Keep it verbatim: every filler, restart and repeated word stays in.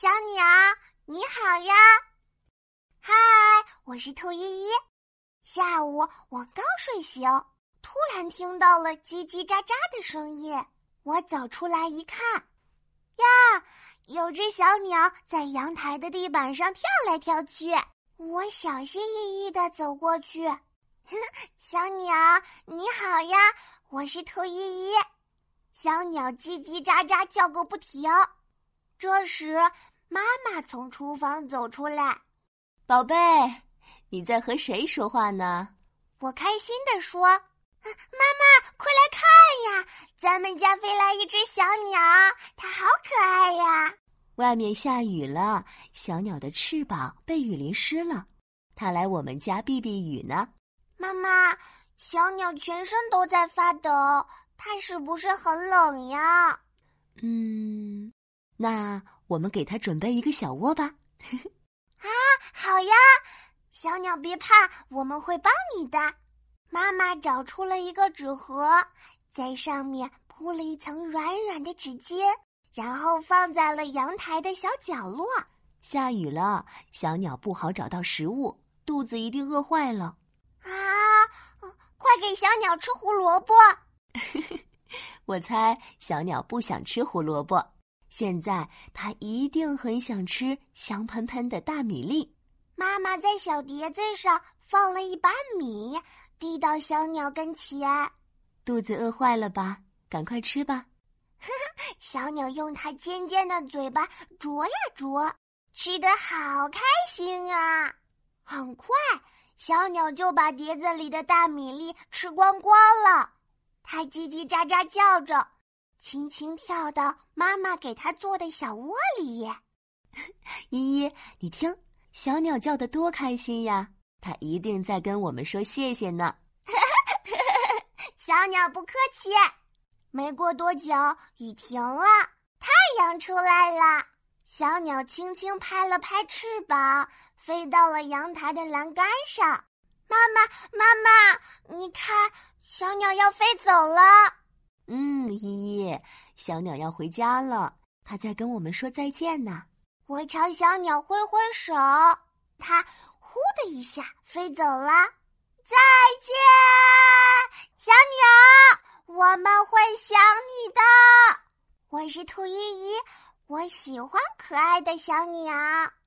小鸟，你好呀！嗨，我是兔依依。下午我刚睡醒，突然听到了叽叽喳喳的声音。我走出来一看，呀，有只小鸟在阳台的地板上跳来跳去。我小心翼翼地走过去，小鸟，你好呀，我是兔依依。小鸟叽叽喳喳叫个不停。这时，妈妈从厨房走出来。 宝贝，你在和谁说话呢？ 我开心地说：妈妈，快来看呀，咱们家飞来一只小鸟，它好可爱呀。 外面下雨了，小鸟的翅膀被雨淋湿了，它来我们家避避雨呢。 妈妈，小鸟全身都在发抖，它是不是很冷呀？ 嗯，那我们给它准备一个小窝吧。 啊，好呀，小鸟别怕，我们会帮你的。妈妈找出了一个纸盒，在上面铺了一层软软的纸巾，然后放在了阳台的小角落。 下雨了，小鸟不好找到食物，肚子一定饿坏了。 啊，快给小鸟吃胡萝卜。 我猜小鸟不想吃胡萝卜，现在它一定很想吃香喷喷的大米粒。 妈妈在小碟子上放了一把米，递到小鸟跟前。 肚子饿坏了吧？赶快吃吧。 小鸟用它尖尖的嘴巴啄呀啄，吃得好开心啊！很快，小鸟就把碟子里的大米粒吃光光了。它叽叽喳喳叫着，轻轻跳到妈妈给它做的小窝里。 依依，你听，小鸟叫得多开心呀！它一定在跟我们说谢谢呢。 小鸟不客气。没过多久，雨停了，太阳出来了。小鸟轻轻拍了拍翅膀，飞到了阳台的栏杆上。妈妈，妈妈，你看，小鸟要飞走了。 嗯，依依，小鸟要回家了，它在跟我们说再见呢。 我朝小鸟挥挥手，它呼的一下飞走了。再见，小鸟，我们会想你的。我是兔依依，我喜欢可爱的小鸟。